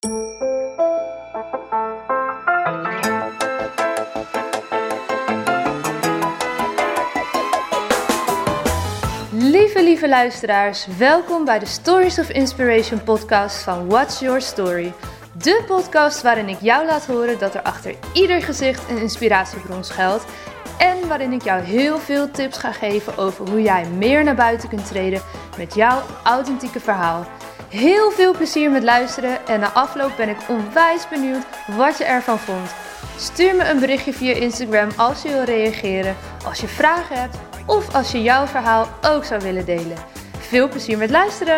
Lieve luisteraars, welkom bij de Stories of Inspiration podcast van What's Your Story. De podcast waarin ik jou laat horen dat er achter ieder gezicht een inspiratiebron schuilt. En waarin ik jou heel veel tips ga geven over hoe jij meer naar buiten kunt treden met jouw authentieke verhaal. Heel veel plezier met luisteren en na afloop ben ik onwijs benieuwd wat je ervan vond. Stuur me een berichtje via Instagram als je wil reageren, als je vragen hebt of als je jouw verhaal ook zou willen delen. Veel plezier met luisteren!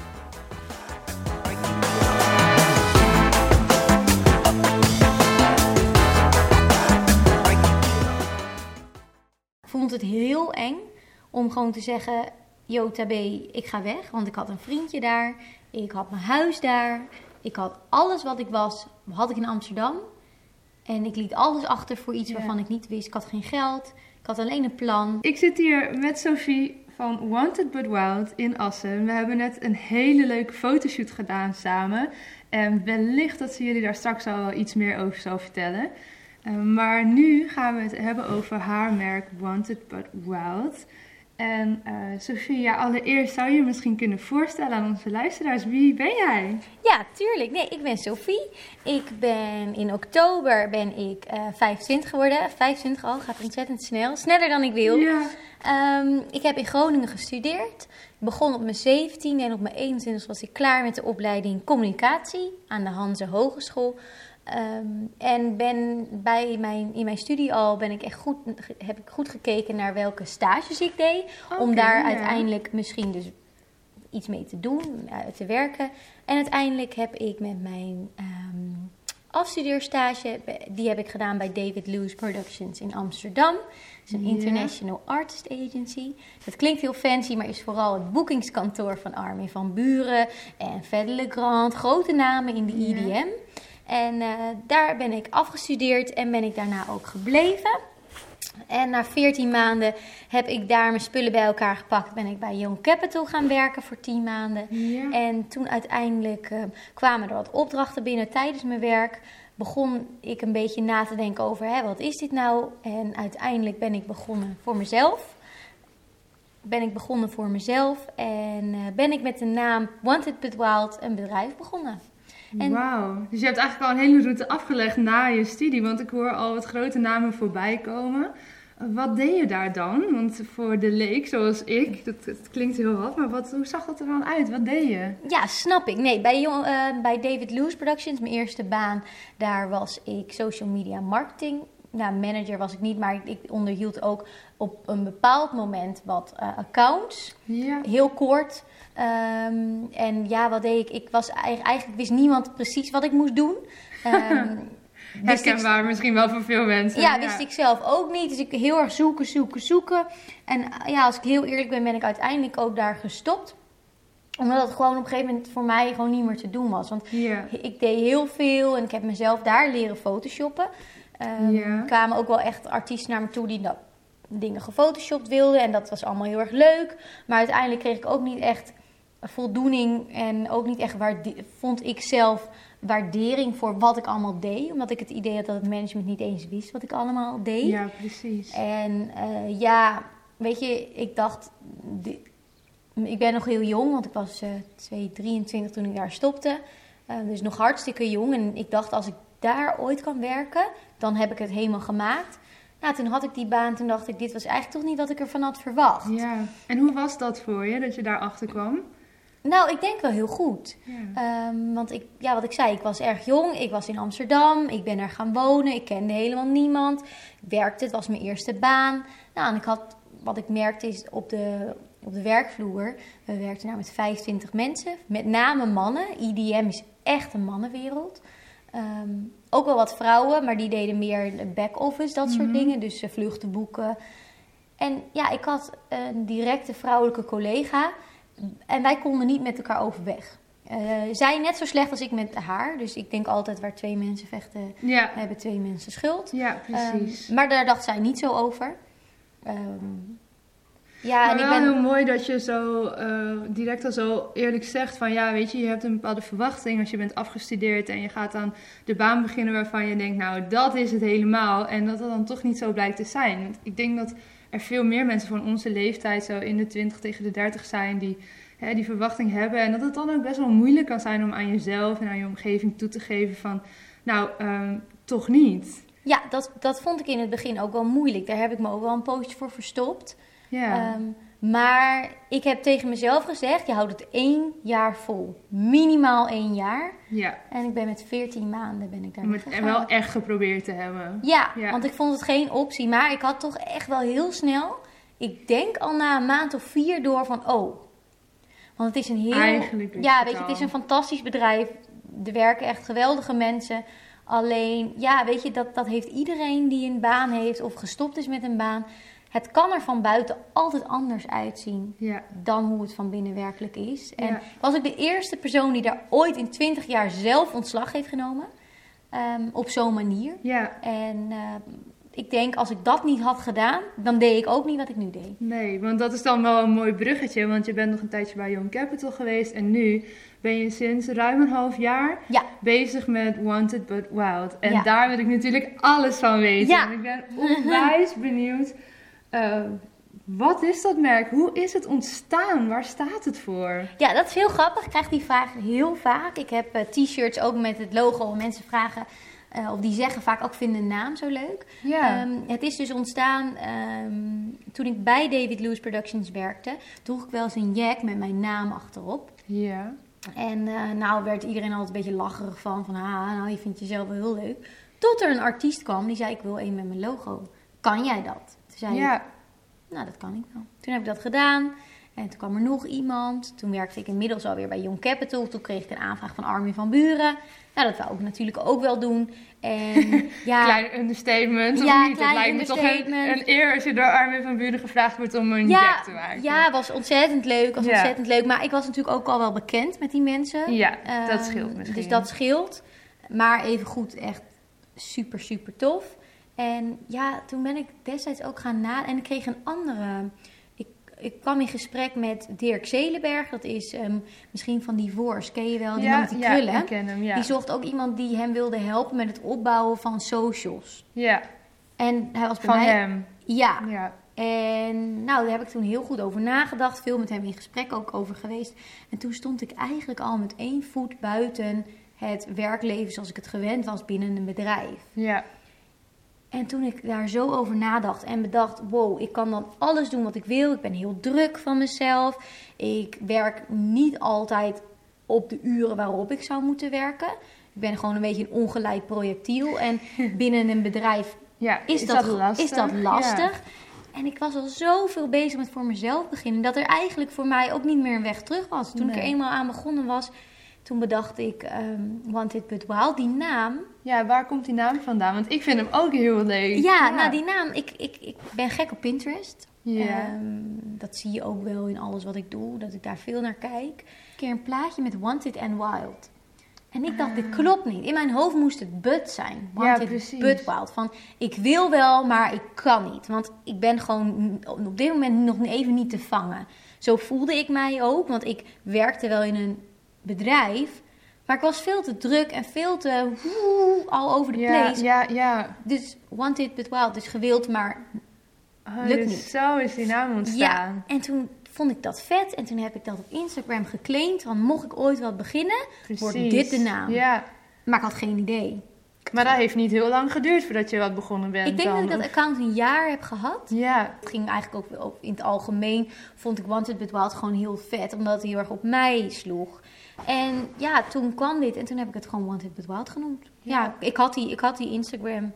Ik vond het heel eng om gewoon te zeggen, yo Tabé, ik ga weg. Want ik had een vriendje daar, ik had mijn huis daar, ik had alles wat ik was, had ik in Amsterdam. En ik liet alles achter voor iets waarvan ik niet wist. Ik had geen geld, ik had alleen een plan. Ik zit hier met Sophie van Wanted But Wild in Assen. We hebben net een hele leuke fotoshoot gedaan samen. En wellicht dat ze jullie daar straks al wel iets meer over zal vertellen. Maar nu gaan we het hebben over haar merk Wanted But Wild. En Sophie, allereerst zou je je misschien kunnen voorstellen aan onze luisteraars. Wie ben jij? Ja, tuurlijk. Nee, ik ben Sophie. In oktober ben ik 25 geworden. 25 al, gaat ontzettend snel. Sneller dan ik wil. Ja. Ik heb in Groningen gestudeerd. Ik begon op mijn 17 en op mijn 21 was ik klaar met de opleiding communicatie aan de Hanze Hogeschool. En in mijn studie al heb ik goed gekeken naar welke stages ik deed. Om daar uiteindelijk misschien dus iets mee te doen, te werken. En uiteindelijk heb ik met mijn afstudeerstage, die heb ik gedaan bij David Lewis Productions in Amsterdam. Het is een international artist agency. Dat klinkt heel fancy, maar is vooral het boekingskantoor van Armin van Buuren en Fedde Le Grand. Grote namen in de EDM. En daar ben ik afgestudeerd en ben ik daarna ook gebleven. En na 14 maanden heb ik daar mijn spullen bij elkaar gepakt. Ben ik bij Young Capital gaan werken voor 10 maanden. Ja. En toen uiteindelijk kwamen er wat opdrachten binnen tijdens mijn werk. Begon ik een beetje na te denken over, wat is dit nou? En uiteindelijk ben ik begonnen voor mezelf. En ben ik met de naam Wanted But Wild een bedrijf begonnen. Wauw, dus je hebt eigenlijk al een hele route afgelegd na je studie, want ik hoor al wat grote namen voorbij komen. Wat deed je daar dan? Want voor de leek, zoals ik, dat klinkt heel wat, maar hoe zag dat er dan uit? Wat deed je? Ja, snap ik. Nee, bij David Lewis Productions, mijn eerste baan, daar was ik social media marketing. Nou, manager was ik niet, maar ik onderhield ook op een bepaald moment wat accounts. Ja. Heel kort. En ja, wat deed ik? Eigenlijk wist niemand precies wat ik moest doen. Herkenbaar misschien wel voor veel mensen. Ja, wist ik zelf ook niet. Dus ik heel erg zoeken. En als ik heel eerlijk ben ik uiteindelijk ook daar gestopt. Omdat het gewoon op een gegeven moment voor mij gewoon niet meer te doen was. Want ik deed heel veel en ik heb mezelf daar leren photoshoppen. Kwamen ook wel echt artiesten naar me toe die dingen gefotoshopt wilden. En dat was allemaal heel erg leuk. Maar uiteindelijk kreeg ik ook niet echt voldoening. En ook niet echt vond ik zelf waardering voor wat ik allemaal deed. Omdat ik het idee had dat het management niet eens wist wat ik allemaal deed. Ja, precies. En weet je, ik dacht, ik ben nog heel jong. Want ik was 23 toen ik daar stopte. Dus nog hartstikke jong. En ik dacht, als ik daar ooit kan werken, dan heb ik het helemaal gemaakt. Nou, toen had ik die baan, toen dacht ik, dit was eigenlijk toch niet wat ik ervan had verwacht. Ja, en hoe was dat voor je, dat je daar achter kwam? Nou, ik denk wel heel goed. Ja. Want wat ik zei, ik was erg jong, ik was in Amsterdam, ik ben er gaan wonen, ik kende helemaal niemand. Ik werkte, het was mijn eerste baan. Nou, en wat ik merkte is op de werkvloer, we werkten daar met 25 mensen, met name mannen. EDM is echt een mannenwereld. Ook wel wat vrouwen, maar die deden meer back-office, dat soort dingen. Dus vluchten boeken. En ja, ik had een directe vrouwelijke collega. En wij konden niet met elkaar overweg. Zij net zo slecht als ik met haar. Dus ik denk altijd, waar 2 mensen vechten, hebben 2 mensen schuld. Ja, precies. Maar daar dacht zij niet zo over. Ja, maar en ik wel ben... heel mooi dat je zo direct al zo eerlijk zegt van ja, weet je hebt een bepaalde verwachting als je bent afgestudeerd en je gaat dan de baan beginnen waarvan je denkt, nou dat is het helemaal. En dat het dan toch niet zo blijkt te zijn. Want ik denk dat er veel meer mensen van onze leeftijd zo in de 20 tegen de 30 zijn die verwachting hebben. En dat het dan ook best wel moeilijk kan zijn om aan jezelf en aan je omgeving toe te geven van, nou, toch niet. Ja, dat vond ik in het begin ook wel moeilijk. Daar heb ik me ook wel een poosje voor verstopt. Ja. Maar ik heb tegen mezelf gezegd, je houdt het 1 jaar vol. Minimaal 1 jaar. Ja. En ik ben met 14 maanden ben ik daar gegaan. En wel echt geprobeerd te hebben. Ja, want ik vond het geen optie. Maar ik had toch echt wel heel snel, ik denk al na een maand of 4 door van, want het is een heel... Eigenlijk ja, weet je, het is een fantastisch bedrijf. Er werken echt geweldige mensen. Alleen, ja, weet je, dat heeft iedereen die een baan heeft of gestopt is met een baan. Het kan er van buiten altijd anders uitzien dan hoe het van binnen werkelijk is. En was ik de eerste persoon die daar ooit in 20 jaar zelf ontslag heeft genomen. Op zo'n manier. Ja. En ik denk, als ik dat niet had gedaan, dan deed ik ook niet wat ik nu deed. Nee, want dat is dan wel een mooi bruggetje. Want je bent nog een tijdje bij Young Capital geweest. En nu ben je sinds ruim een half jaar bezig met Wanted But Wild. En daar wil ik natuurlijk alles van weten. Ja. En ik ben onwijs benieuwd. Wat is dat merk? Hoe is het ontstaan? Waar staat het voor? Ja, dat is heel grappig. Ik krijg die vraag heel vaak. Ik heb t-shirts ook met het logo. Mensen vragen, of die zeggen vaak ook, vinden de naam zo leuk. Ja. Het is dus ontstaan toen ik bij David Lewis Productions werkte. Droeg ik wel eens een jack met mijn naam achterop. Ja. En nou werd iedereen altijd een beetje lacherig van nou, je vindt jezelf wel heel leuk. Tot er een artiest kwam die zei, ik wil één met mijn logo. Kan jij dat? Toen zei ik, nou, dat kan ik wel. Toen heb ik dat gedaan. En toen kwam er nog iemand. Toen werkte ik inmiddels alweer bij Young Capital. Toen kreeg ik een aanvraag van Armin van Buren. Nou, dat wou ik natuurlijk ook wel doen. En, Klein understatement. Ja, of niet? Het lijkt me toch een eer als je door Armin van Buren gevraagd wordt om een jack te maken. Ja, was ontzettend leuk. Maar ik was natuurlijk ook al wel bekend met die mensen. Ja, dat scheelt misschien. Dus dat scheelt. Maar evengoed echt super, super tof. En ja, toen ben ik destijds ook gaan en ik kreeg een andere... Ik kwam in gesprek met Dirk Zelenberg. Dat is misschien van Divorce. Ken je wel? Die man met die krullen. Ja, ik ken hem, Die zocht ook iemand die hem wilde helpen met het opbouwen van socials. Ja. En hij was bij van mij... hem. Ja. En nou, daar heb ik toen heel goed over nagedacht. Veel met hem in gesprek ook over geweest. En toen stond ik eigenlijk al met 1 voet buiten het werkleven zoals ik het gewend was binnen een bedrijf. Ja. En toen ik daar zo over nadacht en bedacht, wow, ik kan dan alles doen wat ik wil. Ik ben heel druk van mezelf. Ik werk niet altijd op de uren waarop ik zou moeten werken. Ik ben gewoon een beetje een ongeleid projectiel. En binnen een bedrijf is dat lastig. Ja. En ik was al zoveel bezig met voor mezelf beginnen, dat er eigenlijk voor mij ook niet meer een weg terug was. Toen ik er eenmaal aan begonnen was... Toen bedacht ik Wanted But Wild, die naam. Ja, waar komt die naam vandaan? Want ik vind hem ook heel leuk. Ja, nou die naam, ik ben gek op Pinterest. Ja. Dat zie je ook wel in alles wat ik doe, dat ik daar veel naar kijk. Een keer een plaatje met Wanted and Wild. En ik dacht, dit klopt niet. In mijn hoofd moest het but zijn. Wanted But Wild. Van, ik wil wel, maar ik kan niet. Want ik ben gewoon op dit moment nog even niet te vangen. Zo voelde ik mij ook, want ik werkte wel in een bedrijf, maar ik was veel te druk en veel te all over the place. Ja. Dus Wanted But Wild, dus gewild, maar lukt dus niet. Zo is die naam ontstaan. Ja, en toen vond ik dat vet en toen heb ik dat op Instagram geclaimd, want mocht ik ooit wat beginnen, wordt dit de naam. Ja. Maar ik had geen idee. Maar dat heeft niet heel lang geduurd voordat je wat begonnen bent. Ik denk dat ik dat account een jaar heb gehad. Ja. Het ging eigenlijk ook in het algemeen, vond ik Wanted But Wild gewoon heel vet, omdat het heel erg op mij sloeg. En ja, toen kwam dit en toen heb ik het gewoon Wanted But Wild genoemd. Ja, ik had die Instagram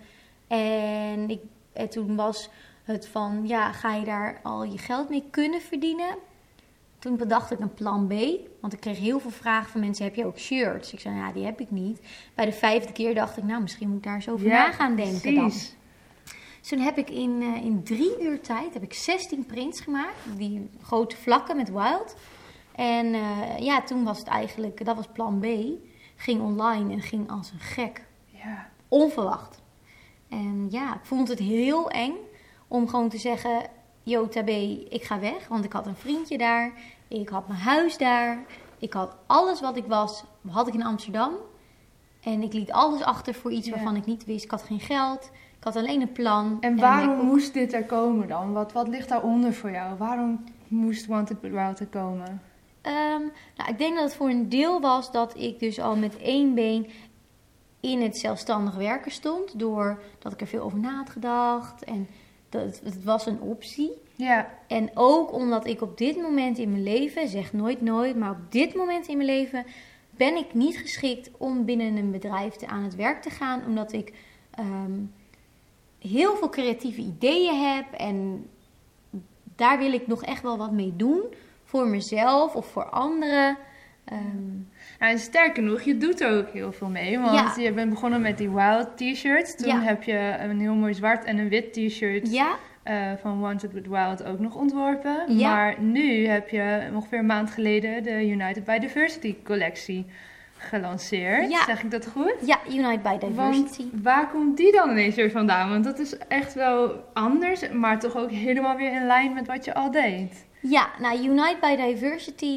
en toen was het van, ga je daar al je geld mee kunnen verdienen? Toen bedacht ik een plan B, want ik kreeg heel veel vragen van mensen, heb je ook shirts? Ik zei, ja, die heb ik niet. Bij de 5e keer dacht ik, nou, misschien moet ik daar eens over na gaan denken dan. Dus toen heb ik in 3 uur tijd heb ik 16 prints gemaakt, die grote vlakken met Wild. En toen was het eigenlijk, dat was plan B. Ging online en ging als een gek. Ja. Onverwacht. En ja, ik vond het heel eng om gewoon te zeggen, Jota B, ik ga weg, want ik had een vriendje daar. Ik had mijn huis daar. Ik had alles wat ik was, had ik in Amsterdam. En ik liet alles achter voor iets waarvan ik niet wist. Ik had geen geld. Ik had alleen een plan. En waarom moest dit er komen dan? Wat ligt daaronder voor jou? Waarom moest Wanted But Wild er komen? Nou, ik denk dat het voor een deel was dat ik dus al met 1 been in het zelfstandig werken stond. Doordat ik er veel over na had gedacht. En het was een optie. Ja. En ook omdat ik op dit moment in mijn leven, zeg nooit nooit, maar op dit moment in mijn leven ben ik niet geschikt om binnen een bedrijf aan het werk te gaan. Omdat ik heel veel creatieve ideeën heb en daar wil ik nog echt wel wat mee doen. Voor mezelf of voor anderen. En sterker nog, je doet er ook heel veel mee. Want je bent begonnen met die Wild t-shirts. Toen heb je een heel mooi zwart en een wit t-shirt van Wanted But Wild ook nog ontworpen. Ja. Maar nu heb je ongeveer een maand geleden de United by Diversity collectie gelanceerd. Ja. Zeg ik dat goed? Ja, United by Diversity. Want waar komt die dan ineens weer vandaan? Want dat is echt wel anders, maar toch ook helemaal weer in lijn met wat je al deed. Ja, nou, Unite by Diversity,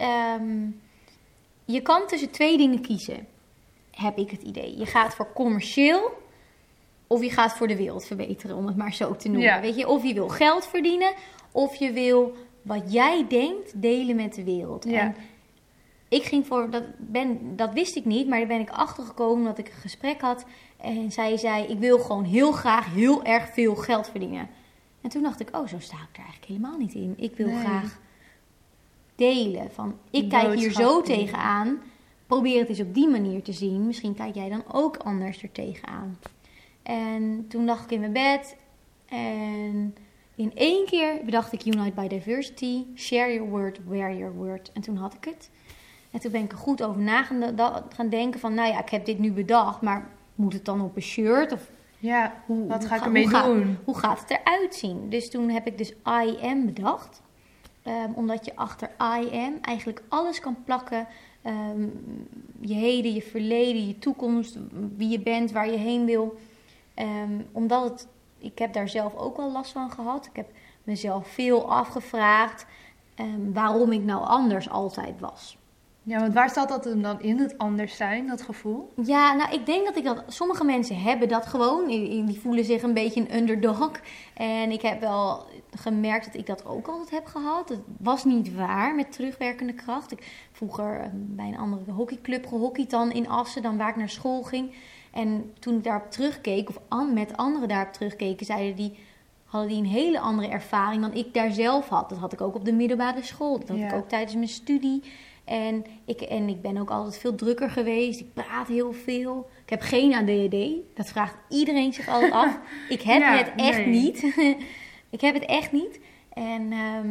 je kan tussen 2 dingen kiezen, heb ik het idee. Je gaat voor commercieel of je gaat voor de wereld verbeteren, om het maar zo te noemen. Ja. Weet je, of je wil geld verdienen of je wil wat jij denkt delen met de wereld. Ja. En ik ging voor, dat wist ik niet, maar daar ben ik achter gekomen omdat ik een gesprek had. En zij zei, ik wil gewoon heel graag heel erg veel geld verdienen. En toen dacht ik, zo sta ik er eigenlijk helemaal niet in. Ik wil graag delen. Ik kijk hier zo tegenaan. Probeer het eens op die manier te zien. Misschien kijk jij dan ook anders er tegenaan. En toen lag ik in mijn bed. En in 1 keer bedacht ik Unite by Diversity. Share your word, wear your word. En toen had ik het. En toen ben ik er goed over gaan denken van, ik heb dit nu bedacht. Maar moet het dan op een shirt? Of wat ga ik ermee doen? Hoe gaat het eruit zien? Dus toen heb ik dus I am bedacht. Omdat je achter I am eigenlijk alles kan plakken. Je heden, je verleden, je toekomst, wie je bent, waar je heen wil. Omdat ik heb daar zelf ook wel last van gehad. Ik heb mezelf veel afgevraagd waarom ik nou anders altijd was. Ja, want waar staat dat dan in, het anders zijn, dat gevoel? Ja, nou, ik denk dat sommige mensen hebben dat gewoon. Die voelen zich een beetje een underdog. En ik heb wel gemerkt dat ik dat ook altijd heb gehad. Het was niet waar met terugwerkende kracht. Ik vroeger bij een andere hockeyclub gehockeyd dan in Assen, dan waar ik naar school ging. En toen ik daarop terugkeek, of met anderen daarop terugkeken, hadden die een hele andere ervaring dan ik daar zelf had. Dat had ik ook op de middelbare school. Dat had ik ook tijdens mijn studie. En ik ben ook altijd veel drukker geweest. Ik praat heel veel. Ik heb geen ADHD. Dat vraagt iedereen zich altijd af. Ik heb het echt niet. Ik heb het echt niet. En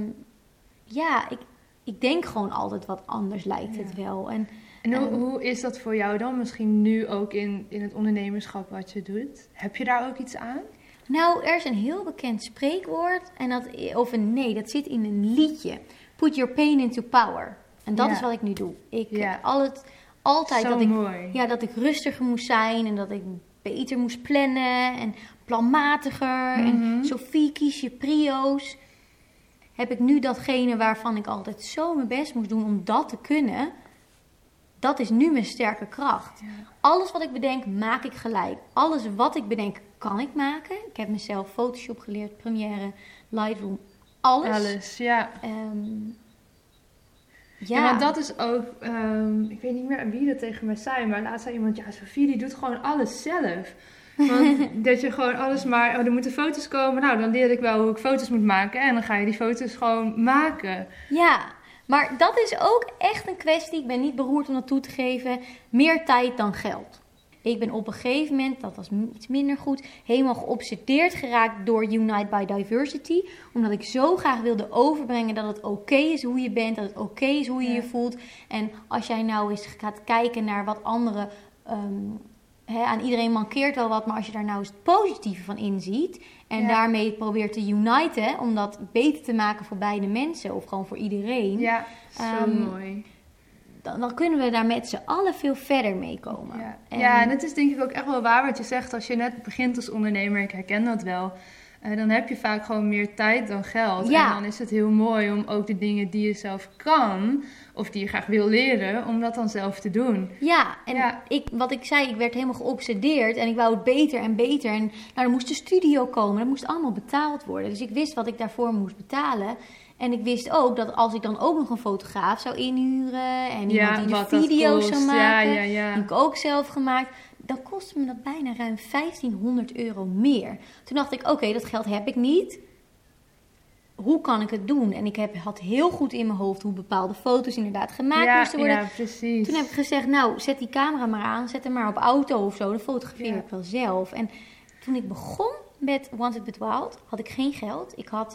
ik denk gewoon altijd wat anders lijkt het wel. En hoe is dat voor jou dan? Misschien nu ook in het ondernemerschap wat je doet. Heb je daar ook iets aan? Nou, er is een heel bekend spreekwoord. Dat zit in een liedje. Put your pain into power. En dat is wat ik nu doe. Ik heb altijd dat ik rustiger moest zijn en dat ik beter moest plannen en planmatiger. En Sophie, kies je prio's. Heb ik nu datgene waarvan ik altijd zo mijn best moest doen om dat te kunnen. Dat is nu mijn sterke kracht. Ja. Alles wat ik bedenk, maak ik gelijk. Alles wat ik bedenk, kan ik maken. Ik heb mezelf Photoshop geleerd, Premiere, Lightroom, alles. Ja, want dat is ook, ik weet niet meer wie dat tegen mij zei, maar laatst zei iemand, Sophie die doet gewoon alles zelf. Want dat je gewoon alles maar, er moeten foto's komen, nou dan leer ik wel hoe ik foto's moet maken en dan ga je die foto's gewoon maken. Ja, maar dat is ook echt een kwestie, ik ben niet beroerd om dat toe te geven, meer tijd dan geld. Ik ben op een gegeven moment, dat was iets minder goed, helemaal geobsedeerd geraakt door Unite by Diversity. Omdat ik zo graag wilde overbrengen dat het oké is hoe je bent, dat het oké is hoe je je voelt. En als jij nou eens gaat kijken naar wat anderen, aan iedereen mankeert wel wat, maar als je daar nou eens het positieve van inziet en daarmee probeert te uniten, om dat beter te maken voor beide mensen of gewoon voor iedereen. Ja, zo mooi. Dan kunnen we daar met z'n allen veel verder mee komen. En het is denk ik ook echt wel waar wat je zegt. Als je net begint als ondernemer, ik herken dat wel. dan heb je vaak gewoon meer tijd dan geld. Ja. En dan is het heel mooi om ook de dingen die je zelf kan, of die je graag wil leren, om dat dan zelf te doen. Ja, en wat ik zei, ik werd helemaal geobsedeerd en ik wou het beter en beter. En er moest een studio komen, dat moest allemaal betaald worden. Dus ik wist wat ik daarvoor moest betalen. En ik wist ook dat als ik dan ook nog een fotograaf zou inhuren en iemand die de video's zou maken, die heb ik ook zelf gemaakt, dan kostte me dat bijna ruim €1.500 meer. Toen dacht ik, oké, dat geld heb ik niet. Hoe kan ik het doen? En ik had heel goed in mijn hoofd hoe bepaalde foto's inderdaad gemaakt moesten worden. Ja, precies. Toen heb ik gezegd, nou, zet die camera maar aan, zet hem maar op auto of zo, dan fotografeer ik wel zelf. En toen ik begon met Wanted But Wild, had ik geen geld. Ik had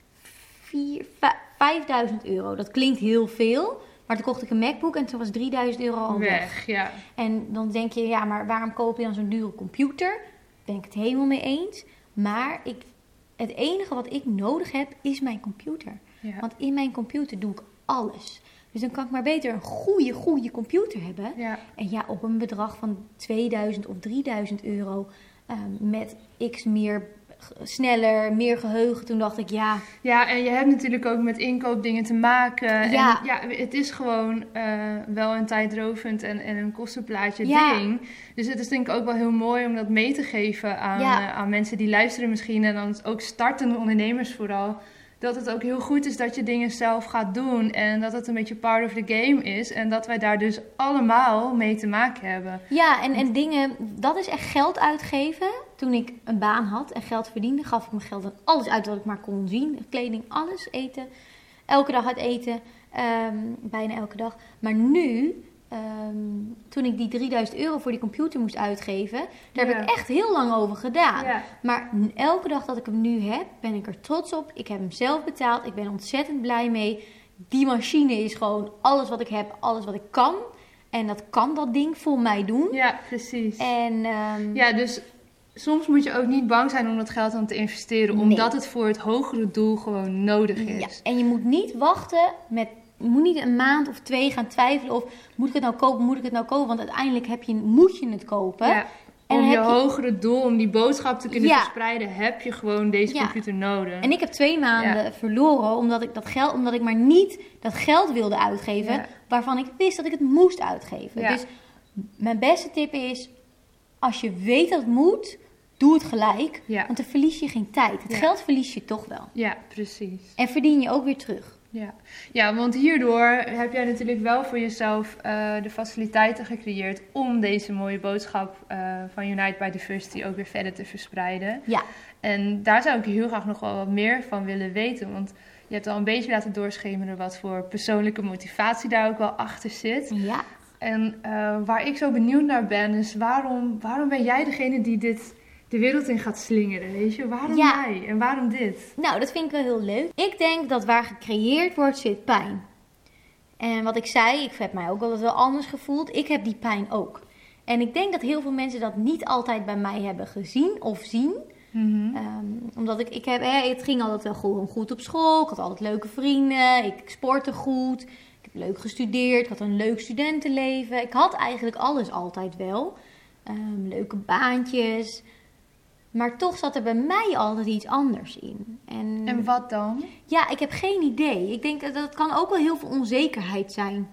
€5.000. Dat klinkt heel veel. Maar toen kocht ik een MacBook en toen was €3.000 al weg. Ja. En dan denk je, ja, maar waarom koop je dan zo'n dure computer? Daar ben ik het helemaal mee eens. Maar het enige wat ik nodig heb, is mijn computer. Ja. Want in mijn computer doe ik alles. Dus dan kan ik maar beter een goede computer hebben. Ja. En ja, op een bedrag van €2.000 of €3.000 met x meer sneller, meer geheugen. Toen dacht ik, ja. Ja, en je hebt natuurlijk ook met inkoopdingen te maken. Ja. En ja, het is gewoon wel een tijdrovend en een kostenplaatje ding. Dus het is denk ik ook wel heel mooi om dat mee te geven aan mensen die luisteren misschien. En dan ook startende ondernemers vooral. Dat het ook heel goed is dat je dingen zelf gaat doen. En dat het een beetje part of the game is. En dat wij daar dus allemaal mee te maken hebben. Ja, en dingen, dat is echt geld uitgeven. Toen ik een baan had en geld verdiende, gaf ik mijn geld aan alles uit wat ik maar kon zien. Kleding, alles, eten. Elke dag uit eten. Bijna elke dag. Maar nu, toen ik die €3.000 voor die computer moest uitgeven, daar heb ik echt heel lang over gedaan. Ja. Maar elke dag dat ik hem nu heb, ben ik er trots op. Ik heb hem zelf betaald. Ik ben ontzettend blij mee. Die machine is gewoon alles wat ik heb, alles wat ik kan. En dat kan dat ding voor mij doen. Ja, precies. En, ja, dus soms moet je ook niet bang zijn om dat geld dan te investeren. Omdat het voor het hogere doel gewoon nodig is. Ja, en je moet niet wachten met... Je moet niet een maand of 2 gaan twijfelen of moet ik het nou kopen, want uiteindelijk moet je het kopen. Ja, om je hogere doel, om die boodschap te kunnen verspreiden, heb je gewoon deze computer nodig. En ik heb 2 maanden verloren omdat ik maar niet dat geld wilde uitgeven waarvan ik wist dat ik het moest uitgeven. Ja. Dus mijn beste tip is, als je weet dat het moet, doe het gelijk, want dan verlies je geen tijd. Het geld verlies je toch wel. Ja, precies. En verdien je ook weer terug. Ja, want hierdoor heb jij natuurlijk wel voor jezelf de faciliteiten gecreëerd om deze mooie boodschap van Unite by Diversity ook weer verder te verspreiden. Ja. En daar zou ik heel graag nog wel wat meer van willen weten, want je hebt al een beetje laten doorschemeren wat voor persoonlijke motivatie daar ook wel achter zit. Ja. En waar ik zo benieuwd naar ben, is waarom ben jij degene die dit de wereld in gaat slingeren, weet je? Waarom jij en waarom dit? Nou, dat vind ik wel heel leuk. Ik denk dat waar gecreëerd wordt, zit pijn. En wat ik zei, ik heb mij ook altijd wel anders gevoeld. Ik heb die pijn ook. En ik denk dat heel veel mensen dat niet altijd bij mij hebben gezien of zien. Mm-hmm. Omdat het ging altijd wel gewoon goed op school. Ik had altijd leuke vrienden. Ik sportte goed. Ik heb leuk gestudeerd. Ik had een leuk studentenleven. Ik had eigenlijk alles altijd wel. Leuke baantjes. Maar toch zat er bij mij altijd iets anders in. En wat dan? Ja, ik heb geen idee. Ik denk dat het kan ook wel heel veel onzekerheid zijn.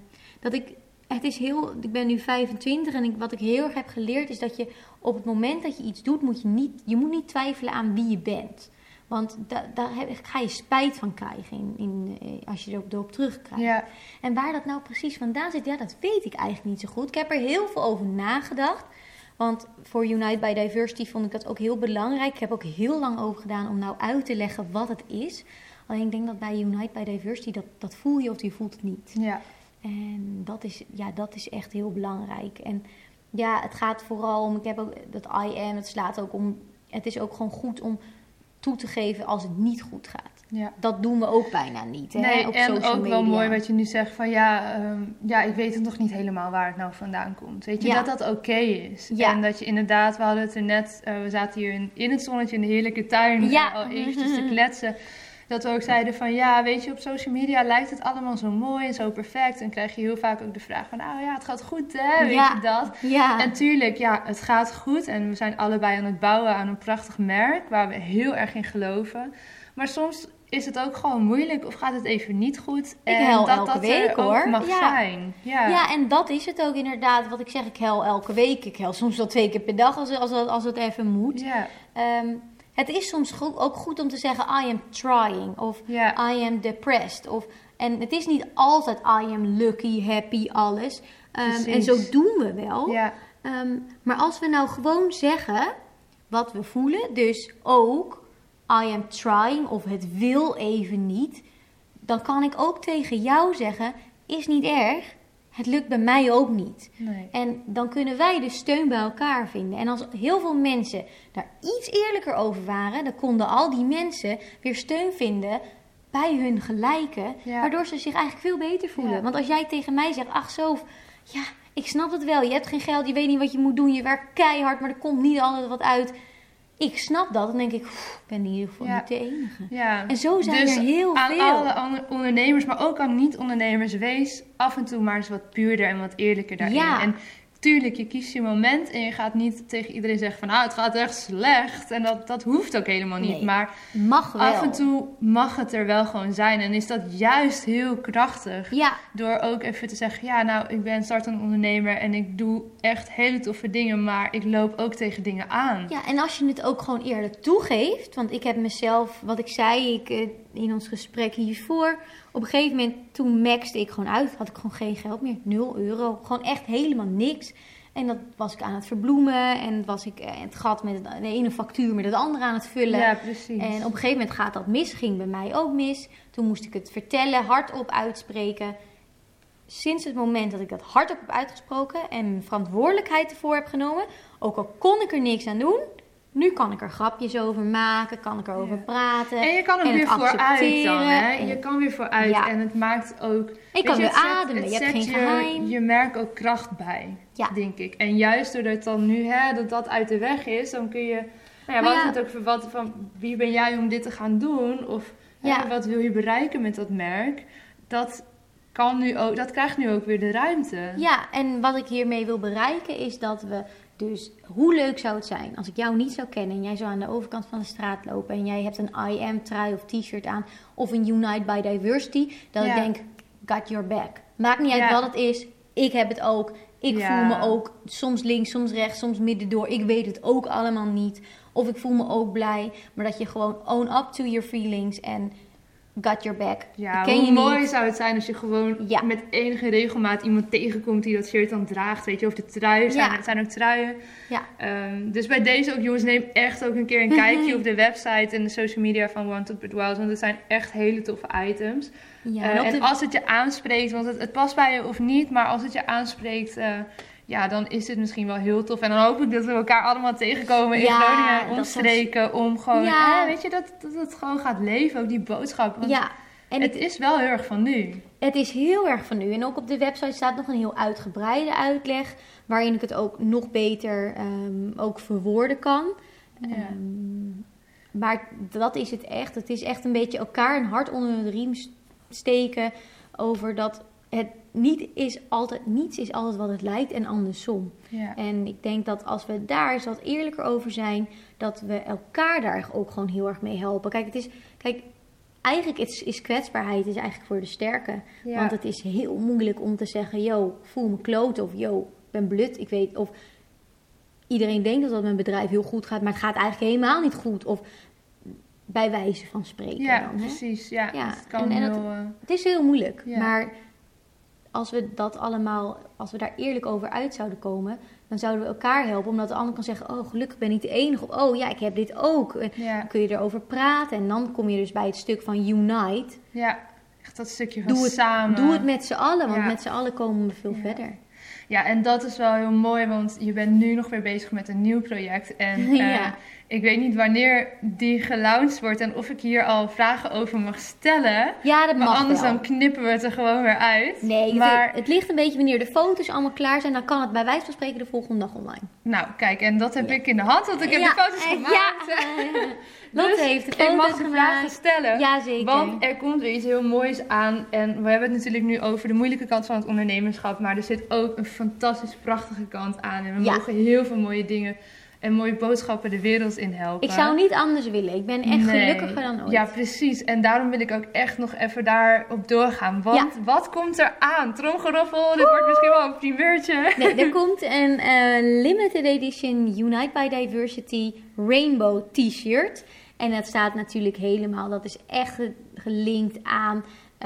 Ik ben nu 25 en wat ik heel erg heb geleerd is dat je op het moment dat je iets doet, moet je moet niet twijfelen aan wie je bent. Want daar ga je spijt van krijgen als je erop terugkrijgt. Ja. En waar dat nou precies vandaan zit, dat weet ik eigenlijk niet zo goed. Ik heb er heel veel over nagedacht. Want voor Unite by Diversity vond ik dat ook heel belangrijk. Ik heb ook heel lang over gedaan om nou uit te leggen wat het is. Alleen ik denk dat bij Unite by Diversity, dat voel je of je voelt het niet. Ja. En dat is echt heel belangrijk. En ja, het gaat vooral om, ik heb ook dat I am, het slaat ook om, het is ook gewoon goed om toe te geven als het niet goed gaat. Ja. Dat doen we ook bijna niet. Hè? Nee, op en social ook media. wel mooi wat je nu zegt van ik weet het nog niet helemaal waar het nou vandaan komt. Weet je, dat oké is. Ja. En dat je inderdaad, we hadden het er net, we zaten hier in het zonnetje in de heerlijke tuin al eventjes te kletsen. Dat we ook zeiden van, ja, weet je, op social media lijkt het allemaal zo mooi en zo perfect. En krijg je heel vaak ook de vraag van, nou ja, het gaat goed, hè, weet je dat? Ja. En tuurlijk, ja, het gaat goed. En we zijn allebei aan het bouwen aan een prachtig merk waar we heel erg in geloven. Maar soms is het ook gewoon moeilijk of gaat het even niet goed. Ik huil elke week, er hoor. ook mag zijn. Ja, en dat is het ook inderdaad. Wat ik zeg, ik huil elke week. Ik huil soms wel 2 keer per dag als het even moet. Ja. Het is soms ook goed om te zeggen, I am trying. Of I am depressed. En het is niet altijd I am lucky, happy, alles. En zo doen we wel. Ja. Maar als we nou gewoon zeggen wat we voelen. Dus ook I am trying of het wil even niet. Dan kan ik ook tegen jou zeggen, is niet erg. Het lukt bij mij ook niet. Nee. En dan kunnen wij dus steun bij elkaar vinden. En als heel veel mensen daar iets eerlijker over waren, dan konden al die mensen weer steun vinden bij hun gelijken. Ja. Waardoor ze zich eigenlijk veel beter voelen. Ja. Want als jij tegen mij zegt, ach Sof, ja, ik snap het wel. Je hebt geen geld, je weet niet wat je moet doen. Je werkt keihard, maar er komt niet altijd wat uit. Ik snap dat. Dan denk ik, ik ben in ieder geval niet de enige. Ja. En zo zijn dus er heel aan veel. alle ondernemers, maar ook aan niet-ondernemers, wees af en toe maar eens wat puurder en wat eerlijker daarin. Ja. En tuurlijk, je kiest je moment en je gaat niet tegen iedereen zeggen van, het gaat echt slecht. En dat hoeft ook helemaal niet. Nee, maar mag wel. af en toe mag het er wel gewoon zijn. En is dat juist heel krachtig. Ja. Door ook even te zeggen, ja, nou, ik ben startende ondernemer en ik doe echt hele toffe dingen, maar ik loop ook tegen dingen aan. Ja, en als je het ook gewoon eerlijk toegeeft, want ik heb mezelf, wat ik zei in ons gesprek hiervoor, op een gegeven moment, toen maxte ik gewoon uit, had ik gewoon geen geld meer, 0 euro, gewoon echt helemaal niks. En dat was ik aan het verbloemen en was ik het gat met de ene factuur met het andere aan het vullen. Ja, precies. En op een gegeven moment gaat dat mis, ging bij mij ook mis. Toen moest ik het vertellen, hardop uitspreken. Sinds het moment dat ik dat hardop heb uitgesproken en verantwoordelijkheid ervoor heb genomen, ook al kon ik er niks aan doen, nu kan ik er grapjes over maken, kan ik erover praten. En je kan er weer vooruit dan, hè? Je kan weer vooruit en het maakt ook... Ik kan weer ademen, je hebt geen geheim. Je merkt ook kracht bij, denk ik. En juist doordat het dan nu, dat uit de weg is, dan kun je... Nou ja, het ook van wie ben jij om dit te gaan doen? Of wat wil je bereiken met dat merk? Dat krijgt nu ook weer de ruimte. Ja, en wat ik hiermee wil bereiken is dat we... Dus hoe leuk zou het zijn als ik jou niet zou kennen en jij zou aan de overkant van de straat lopen en jij hebt een I am trui of t-shirt aan of een Unite by Diversity, dat ik denk, got your back. Maakt niet uit wat het is, ik heb het ook. Ik voel me ook soms links, soms rechts, soms midden door. Ik weet het ook allemaal niet. Of ik voel me ook blij, maar dat je gewoon own up to your feelings en got your back. Ja, hoe mooi zou het zijn als je gewoon met enige regelmaat iemand tegenkomt die dat shirt dan draagt, weet je, of de truien, het zijn ook truien. Ja. Dus bij deze ook, jongens, neem echt ook een keer een kijkje op de website en de social media van Wanted But Wild, want het zijn echt hele toffe items. Ja, en als het je aanspreekt, want het past bij je of niet, maar als het je aanspreekt, dan is het misschien wel heel tof. En dan hoop ik dat we elkaar allemaal tegenkomen in Groningen en omstreken. Om gewoon, weet je, dat het gewoon gaat leven. Ook die boodschap. Want en het is wel heel erg van nu. Het is heel erg van nu. En ook op de website staat nog een heel uitgebreide uitleg. Waarin ik het ook nog beter ook verwoorden kan. Ja. Maar dat is het echt. Het is echt een beetje elkaar een hart onder de riem steken. Over dat het niets is altijd wat het lijkt en andersom. Ja. En ik denk dat als we daar eens wat eerlijker over zijn, dat we elkaar daar ook gewoon heel erg mee helpen. Kijk, eigenlijk is kwetsbaarheid is eigenlijk voor de sterke. Ja. Want het is heel moeilijk om te zeggen, yo, voel me kloot of yo, ik ben blut, ik weet. Of iedereen denkt dat mijn bedrijf heel goed gaat, maar het gaat eigenlijk helemaal niet goed. Of bij wijze van spreken. Ja, dan, precies. Ja, het kan het is heel moeilijk, maar als we daar eerlijk over uit zouden komen, dan zouden we elkaar helpen. Omdat de ander kan zeggen, oh, gelukkig ben ik niet de enige. Of, oh ja, ik heb dit ook. Dan kun je erover praten. En dan kom je dus bij het stuk van unite. Ja, echt dat stukje van samen. Doe het met z'n allen, want met z'n allen komen we veel verder. Ja, en dat is wel heel mooi, want je bent nu nog weer bezig met een nieuw project. En ik weet niet wanneer die gelaunched wordt en of ik hier al vragen over mag stellen. Ja, dat mag maar anders wel. Dan knippen we het er gewoon weer uit. Nee, maar het ligt een beetje wanneer de foto's allemaal klaar zijn. Dan kan het bij wijze van spreken de volgende dag online. Nou, kijk, en dat heb ik in de hand, want ik heb de foto's gemaakt. Lotte heeft de foto's ik mag de gemaakt. vragen stellen. Ja, zeker. Want er komt weer iets heel moois aan. En we hebben het natuurlijk nu over de moeilijke kant van het ondernemerschap. Maar er zit ook een fantastisch prachtige kant aan. En we mogen heel veel mooie dingen en mooie boodschappen de wereld in helpen. Ik zou niet anders willen. Ik ben echt gelukkiger dan ooit. Ja, precies. En daarom wil ik ook echt nog even daarop doorgaan. Want wat komt er aan? Tromgeroffel, dit wordt misschien wel een primeurtje. Nee, er komt een limited edition Unite by Diversity Rainbow t-shirt. En dat staat natuurlijk helemaal, dat is echt gelinkt aan...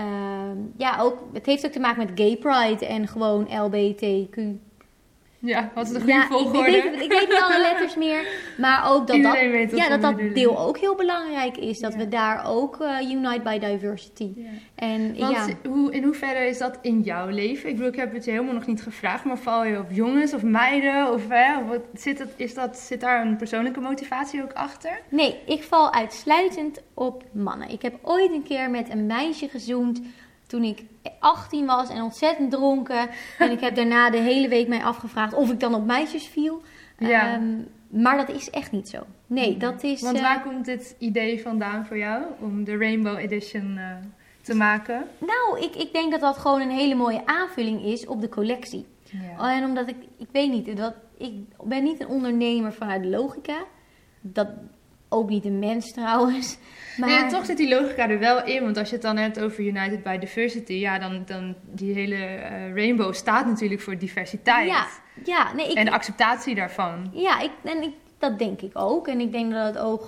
het heeft ook te maken met Gay Pride en gewoon LBTQ. Ja, wat is de goede volgorde? Ik weet niet alle letters meer. Maar ook dat deel ook heel belangrijk is. Dat we daar ook Unite by Diversity. Ja. En, in hoeverre is dat in jouw leven? Ik bedoel, ik heb het je helemaal nog niet gevraagd. Maar val je op jongens of meiden? Of zit daar een persoonlijke motivatie ook achter? Nee, ik val uitsluitend op mannen. Ik heb ooit een keer met een meisje gezoend... toen ik 18 was en ontzettend dronken. En ik heb daarna de hele week mij afgevraagd of ik dan op meisjes viel. Ja. Maar dat is echt niet zo. Nee, dat is... Want waar komt dit idee vandaan voor jou? Om de Rainbow Edition te maken? Nou, ik denk dat dat gewoon een hele mooie aanvulling is op de collectie. Ja. En omdat ik weet niet, ik ben niet een ondernemer vanuit de logica. Dat... Ook niet een mens trouwens. Maar... Nee, toch zit die logica er wel in. Want als je het dan hebt over United by Diversity... Ja, dan die hele rainbow staat natuurlijk voor diversiteit. En de acceptatie daarvan. Ja, dat denk ik ook. En ik denk dat het ook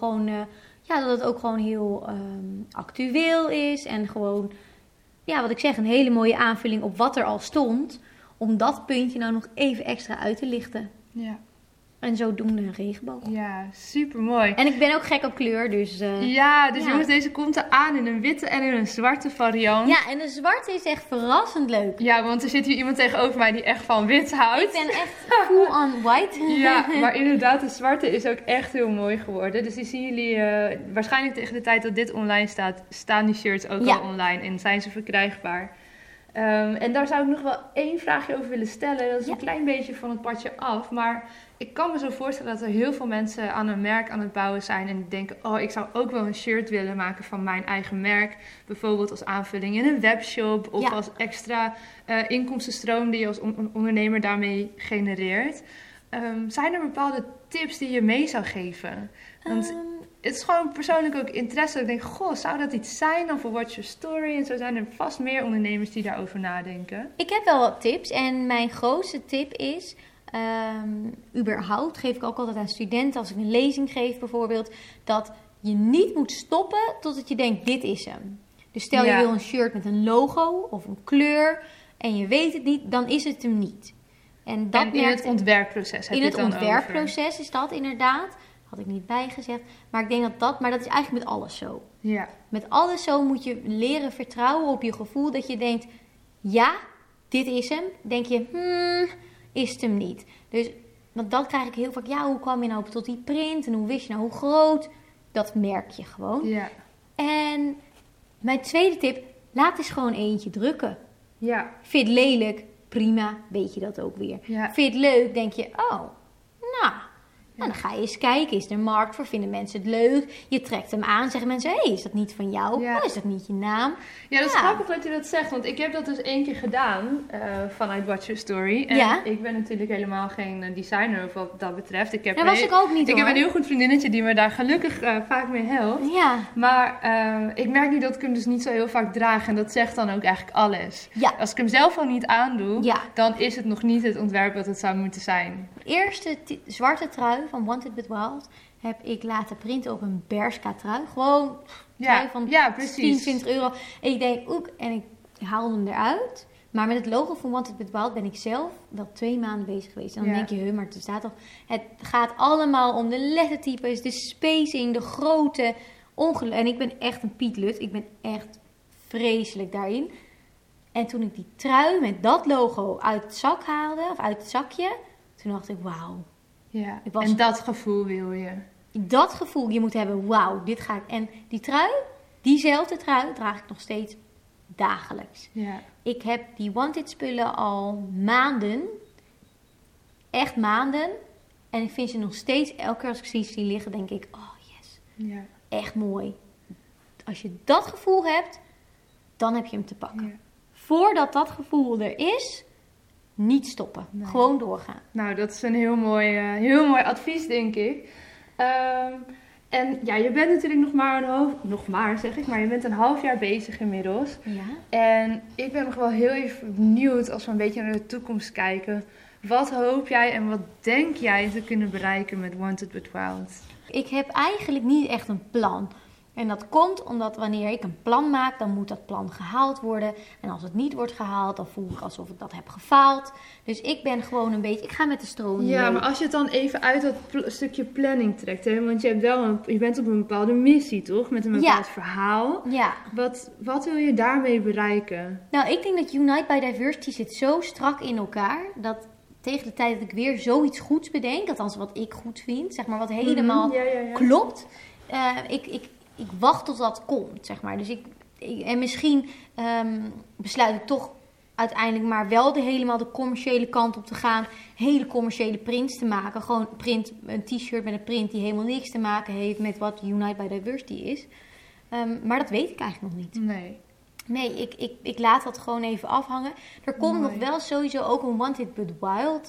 gewoon, heel actueel is. En gewoon, wat ik zeg, een hele mooie aanvulling op wat er al stond. Om dat puntje nou nog even extra uit te lichten. Ja. En zodoende een regenboog. Ja, super mooi. En ik ben ook gek op kleur, dus... Jongens, deze komt er aan in een witte en in een zwarte variant. Ja, en de zwarte is echt verrassend leuk. Ja, want er zit hier iemand tegenover mij die echt van wit houdt. Ik ben echt full on white. Ja, maar inderdaad, de zwarte is ook echt heel mooi geworden. Dus die zien jullie waarschijnlijk tegen de tijd dat dit online staat... staan die shirts ook al online en zijn ze verkrijgbaar. En daar zou ik nog wel één vraagje over willen stellen. Dat is een klein beetje van het padje af. Maar ik kan me zo voorstellen dat er heel veel mensen aan een merk aan het bouwen zijn. En die denken, ik zou ook wel een shirt willen maken van mijn eigen merk. Bijvoorbeeld als aanvulling in een webshop. Of als extra inkomstenstroom die je als ondernemer daarmee genereert. Zijn er bepaalde tips die je mee zou geven? Want het is gewoon persoonlijk ook interesse. Ik denk, zou dat iets zijn dan voor What's Your Story? En zo zijn er vast meer ondernemers die daarover nadenken. Ik heb wel wat tips. En mijn grootste tip is... überhaupt geef ik ook altijd aan studenten... als ik een lezing geef bijvoorbeeld... dat je niet moet stoppen totdat je denkt, dit is hem. Dus stel je wil een shirt met een logo of een kleur... en je weet het niet, dan is het hem niet. En in het ontwerpproces heb je het dan over? In het ontwerpproces is dat inderdaad... Had ik niet bijgezegd. Maar ik denk maar dat is eigenlijk met alles zo. Ja. Met alles zo moet je leren vertrouwen op je gevoel. Dat je denkt, dit is hem. Denk je, is het hem niet. Dus, want dat krijg ik heel vaak. Ja, hoe kwam je nou tot die print? En hoe wist je nou hoe groot? Dat merk je gewoon. Ja. En mijn tweede tip, laat eens gewoon eentje drukken. Ja. Vind je het lelijk? Prima, weet je dat ook weer. Ja. Vind je het leuk? Denk je, nou, dan ga je eens kijken. Is er een markt voor? Vinden mensen het leuk? Je trekt hem aan. Zeggen mensen, is dat niet van jou? Ja. Is dat niet je naam? Ja, dat is grappig dat je dat zegt. Want ik heb dat dus 1 keer gedaan vanuit What's Your Story. En ik ben natuurlijk helemaal geen designer wat dat betreft. Dat was ik ook niet, Ik heb een heel goed vriendinnetje die me daar gelukkig vaak mee helpt. Ja. Maar ik merk nu dat ik hem dus niet zo heel vaak draag. En dat zegt dan ook eigenlijk alles. Ja. Als ik hem zelf al niet aandoe, dan is het nog niet het ontwerp dat het zou moeten zijn. De eerste zwarte trui van Wanted But Wild heb ik laten printen op een Bershka trui. Gewoon trui van 10, 20 euro. En ik denk, en ik haalde hem eruit. Maar met het logo van Wanted But Wild ben ik zelf wel 2 maanden bezig geweest. En dan denk je, maar het staat toch... Het gaat allemaal om de lettertypes, de spacing, de grootte. En ik ben echt een Piet Lut. Ik ben echt vreselijk daarin. En toen ik die trui met dat logo uit het zak haalde, of uit het zakje, toen dacht ik, wauw. Ja, en dat gevoel wil je. Dat gevoel, je moet hebben, wauw, dit ga ik. En die trui, diezelfde trui, draag ik nog steeds dagelijks. Ja. Ik heb die Wanted spullen al maanden. Echt maanden. En ik vind ze nog steeds, elke keer als ik ze zie liggen, denk ik, oh yes. Ja. Echt mooi. Als je dat gevoel hebt, dan heb je hem te pakken. Ja. Voordat dat gevoel er is, niet stoppen. Nee. Gewoon doorgaan. Nou, dat is een heel mooi advies, denk ik. En ja, je bent natuurlijk maar je bent een half jaar bezig inmiddels. Ja. En ik ben nog wel heel even benieuwd, als we een beetje naar de toekomst kijken. Wat hoop jij en wat denk jij te kunnen bereiken met Wanted But Wild? Ik heb eigenlijk niet echt een plan. En dat komt omdat wanneer ik een plan maak, dan moet dat plan gehaald worden. En als het niet wordt gehaald, dan voel ik alsof ik dat heb gefaald. Dus ik ben gewoon een beetje, ik ga met de stroom mee. Ja, maar als je het dan even uit dat stukje planning trekt, hè? Want je bent op een bepaalde missie, toch? Met een bepaald verhaal. Ja. Wat wil je daarmee bereiken? Nou, ik denk dat Unite by Diversity zit zo strak in elkaar, dat tegen de tijd dat ik weer zoiets goeds bedenk, althans wat ik goed vind, zeg maar, wat helemaal klopt, ik wacht tot dat komt, zeg maar. Dus en misschien besluit ik toch uiteindelijk maar wel helemaal de commerciële kant op te gaan. Hele commerciële prints te maken. Gewoon een t-shirt met een print die helemaal niks te maken heeft met wat Unite by Diversity is. Maar dat weet ik eigenlijk nog niet. Nee, ik laat dat gewoon even afhangen. Er komt nog wel sowieso ook een Wanted But Wild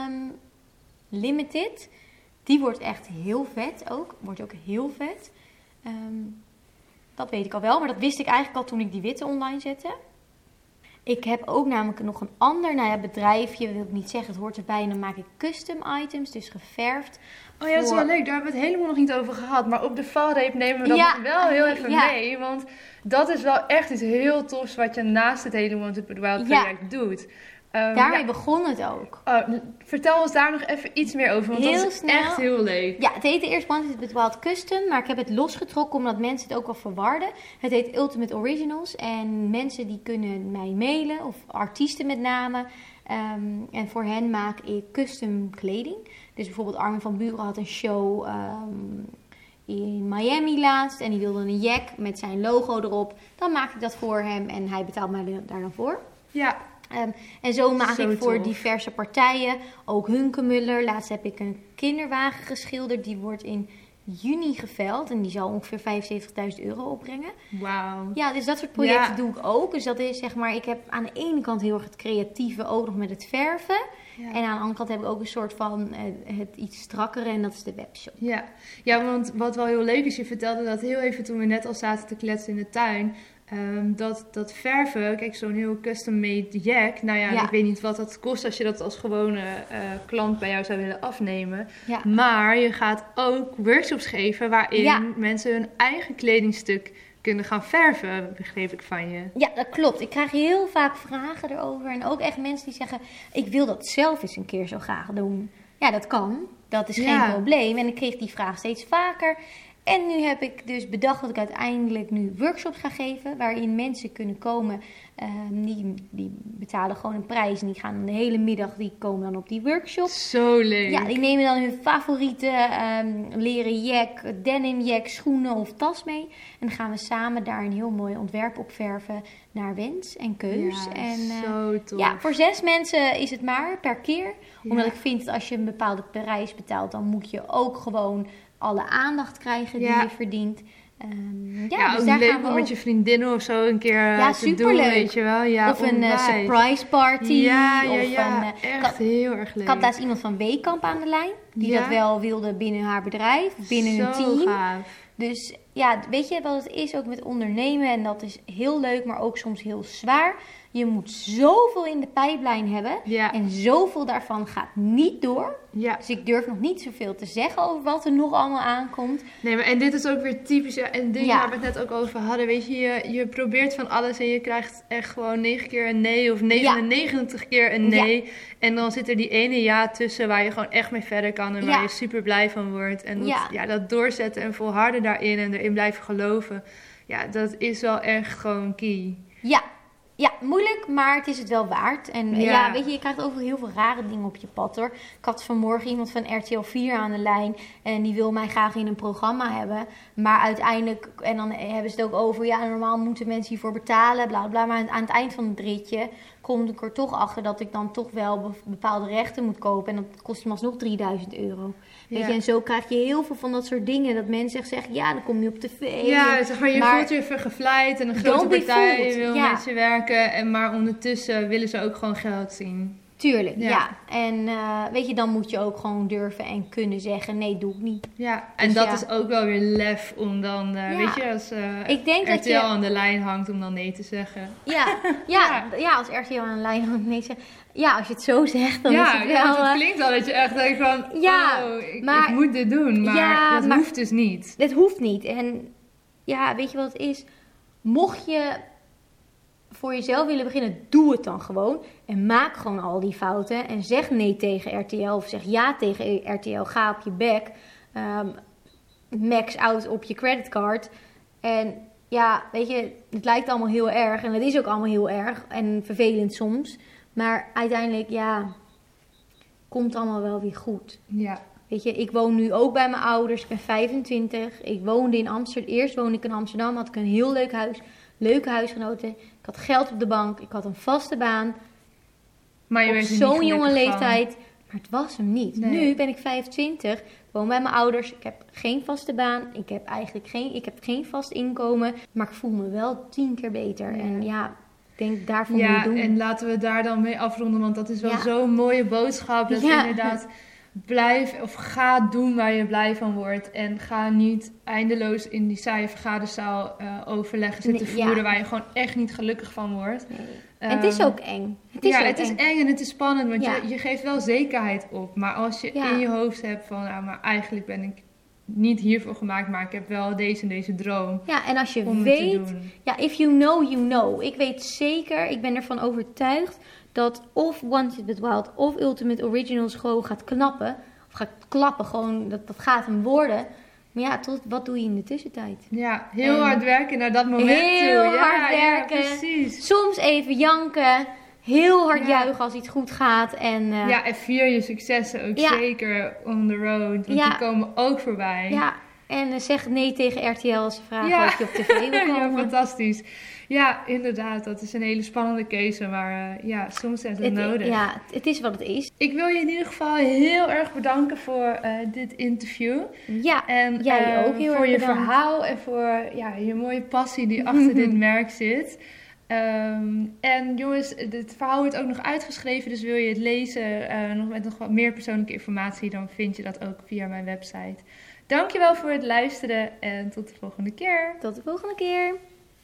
Limited. Die wordt echt heel vet ook. Wordt ook heel vet. Dat weet ik al wel, maar dat wist ik eigenlijk al toen ik die witte online zette. Ik heb ook namelijk nog een ander bedrijfje, wil ik niet zeggen, het hoort erbij. En dan maak ik custom items, dus geverfd. Oh ja, dat is wel leuk. Daar hebben we het helemaal nog niet over gehad. Maar op de valreep nemen we dat wel heel even mee. Want dat is wel echt iets heel tofs wat je naast het hele Wanted But Wild project doet. Daarmee begon het ook. Vertel ons daar nog even iets meer over, want dat is echt heel leuk. Ja, het heette eerst Wanted But Wild Custom, maar ik heb het losgetrokken omdat mensen het ook al verwarden. Het heet Ultimate Originals en mensen die kunnen mij mailen, of artiesten met name. En voor hen maak ik custom kleding. Dus bijvoorbeeld Armin van Buuren had een show in Miami laatst en die wilde een jack met zijn logo erop. Dan maak ik dat voor hem en hij betaalt mij daar dan voor. Ja. En zo maak ik voor diverse partijen, ook Hunkemuller. Laatst heb ik een kinderwagen geschilderd, die wordt in juni geveild en die zal ongeveer €75.000 opbrengen. Wauw. Ja, dus dat soort projecten doe ik ook. Dus dat is zeg maar, ik heb aan de ene kant heel erg het creatieve, ook nog met het verven. Ja. En aan de andere kant heb ik ook een soort van het iets strakkere en dat is de webshop. Ja, want wat wel heel leuk is, je vertelde dat heel even toen we net al zaten te kletsen in de tuin. Dat verven, kijk, zo'n heel custom-made jack. Nou ja, ik weet niet wat dat kost als je dat als gewone klant bij jou zou willen afnemen. Ja. Maar je gaat ook workshops geven waarin mensen hun eigen kledingstuk kunnen gaan verven, begreep ik van je. Ja, dat klopt. Ik krijg heel vaak vragen erover. En ook echt mensen die zeggen, ik wil dat zelf eens een keer zo graag doen. Ja, dat kan. Dat is geen probleem. En ik kreeg die vraag steeds vaker. En nu heb ik dus bedacht dat ik uiteindelijk nu workshops ga geven. Waarin mensen kunnen komen. Die betalen gewoon een prijs. En die gaan dan de hele middag, die komen dan op die workshop. Zo leuk. Ja, die nemen dan hun favoriete leren jack, denim jack, schoenen of tas mee. En dan gaan we samen daar een heel mooi ontwerp op verven. Naar wens en keus. Ja, en, zo tof. Ja, voor 6 mensen is het maar per keer. Omdat ik vind dat als je een bepaalde prijs betaalt, dan moet je ook gewoon alle aandacht krijgen die je verdient. Dus daar leuk gaan we om met je vriendinnen of zo een keer te doen, weet je wel. Ja, of een surprise party. Echt heel erg leuk. Ik had laatst iemand van Weekamp aan de lijn. Die dat wel wilde binnen haar bedrijf, binnen hun team. Gaaf. Dus ja, weet je wat het is ook met ondernemen? En dat is heel leuk, maar ook soms heel zwaar. Je moet zoveel in de pijplijn hebben. Ja. En zoveel daarvan gaat niet door. Ja. Dus ik durf nog niet zoveel te zeggen over wat er nog allemaal aankomt. Nee, maar en dit is ook weer typisch. En dingen waar we het net ook over hadden. Weet je, je probeert van alles en je krijgt echt gewoon 9 keer een nee. Of 99 keer een nee. Ja. En dan zit er die ene ja tussen waar je gewoon echt mee verder kan. En waar je super blij van wordt. En dat doorzetten en volharden daarin. En erin blijven geloven. Ja, dat is wel echt gewoon key. Ja. Ja, moeilijk, maar het is het wel waard. En ja, weet je krijgt ook heel veel rare dingen op je pad hoor. Ik had vanmorgen iemand van RTL 4 aan de lijn. En die wil mij graag in een programma hebben. Maar uiteindelijk, en dan hebben ze het ook over... Ja, normaal moeten mensen hiervoor betalen, bla bla. Maar aan het eind van het ritje kom ik er toch achter... dat ik dan toch wel bepaalde rechten moet kopen. En dat kost me alsnog €3.000. Weet je, en zo krijg je heel veel van dat soort dingen. Dat mensen echt zeggen, ja, dan kom je op tv. Ja, zeg maar, je voelt je even gevleid en een grote partij wil met je werken. Maar ondertussen willen ze ook gewoon geld zien. Tuurlijk, ja. En weet je, dan moet je ook gewoon durven en kunnen zeggen, nee, doe ik niet. Ja, en dus dat is ook wel weer lef om dan, weet je, als ik denk RTL dat je... aan de lijn hangt om dan nee te zeggen. Ja, als RTL aan de lijn hangt nee te zeggen. Ja, als je het zo zegt, dan is het wel... Ja, het klinkt al dat je echt denkt van, ik moet dit doen, maar dat hoeft dus niet. Dat hoeft niet. En ja, weet je wat het is? Mocht je voor jezelf willen beginnen, doe het dan gewoon. En maak gewoon al die fouten. En zeg nee tegen RTL of zeg ja tegen RTL. Ga op je bek. Max out op je creditcard. En ja, weet je, het lijkt allemaal heel erg. En het is ook allemaal heel erg. En vervelend soms. Maar uiteindelijk, komt allemaal wel weer goed. Ja. Weet je, ik woon nu ook bij mijn ouders. Ik ben 25. Ik woonde in Amsterdam. Eerst woonde ik in Amsterdam. Had ik een heel leuk huis. Leuke huisgenoten. Ik had geld op de bank. Ik had een vaste baan. Maar je bent zo'n jonge leeftijd. Maar het was hem niet. Nee. Nu ben ik 25. Ik woon bij mijn ouders. Ik heb geen vaste baan. Ik heb eigenlijk geen vast inkomen. Maar ik voel me wel 10 keer beter. Ja. En ik denk daarvoor moet je doen. Ja, en laten we daar dan mee afronden. Want dat is wel zo'n mooie boodschap. Dat inderdaad... Blijf of ga doen waar je blij van wordt. En ga niet eindeloos in die saaie vergaderzaal overleggen zitten voeren... waar je gewoon echt niet gelukkig van wordt. Nee. En het is ook eng. Het is eng en het is spannend. Want je geeft wel zekerheid op. Maar als je in je hoofd hebt van... maar eigenlijk ben ik niet hiervoor gemaakt... maar ik heb wel deze en deze droom. Ja, en als je weet... Ja, if you know, you know. Ik weet zeker, ik ben ervan overtuigd... dat of Wanted But Wild of Ultimate Originals gewoon gaat knappen. Of gaat klappen, gewoon, dat gaat hem worden. Maar wat doe je in de tussentijd? Ja, heel hard werken naar dat moment toe. Heel hard werken. Ja, precies. Soms even janken. Heel hard juichen als iets goed gaat. En vier je successen ook zeker on the road. Want die komen ook voorbij. Ja, en zeg nee tegen RTL als ze vragen of je op tv wil komen. Ja, fantastisch. Ja, inderdaad. Dat is een hele spannende keuze. Maar soms is het nodig. Ja, het is wat het is. Ik wil je in ieder geval heel erg bedanken voor dit interview. Ja, en jij ook heel erg bedankt. Voor je verhaal en voor je mooie passie die achter dit merk zit. En jongens, het verhaal wordt ook nog uitgeschreven. Dus wil je het lezen met nog wat meer persoonlijke informatie... dan vind je dat ook via mijn website. Dankjewel voor het luisteren en tot de volgende keer. Tot de volgende keer.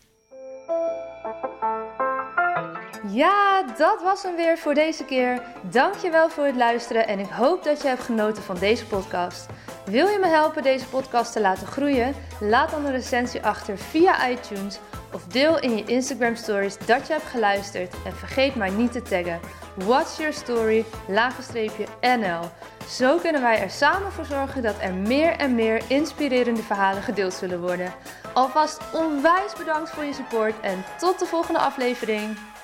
Ja, dat was hem weer voor deze keer. Dankjewel voor het luisteren en ik hoop dat je hebt genoten van deze podcast. Wil je me helpen deze podcast te laten groeien? Laat dan een recensie achter via iTunes of deel in je Instagram stories dat je hebt geluisterd en vergeet mij niet te taggen. What's Your Story, _NL. Zo kunnen wij er samen voor zorgen dat er meer en meer inspirerende verhalen gedeeld zullen worden. Alvast onwijs bedankt voor je support en tot de volgende aflevering.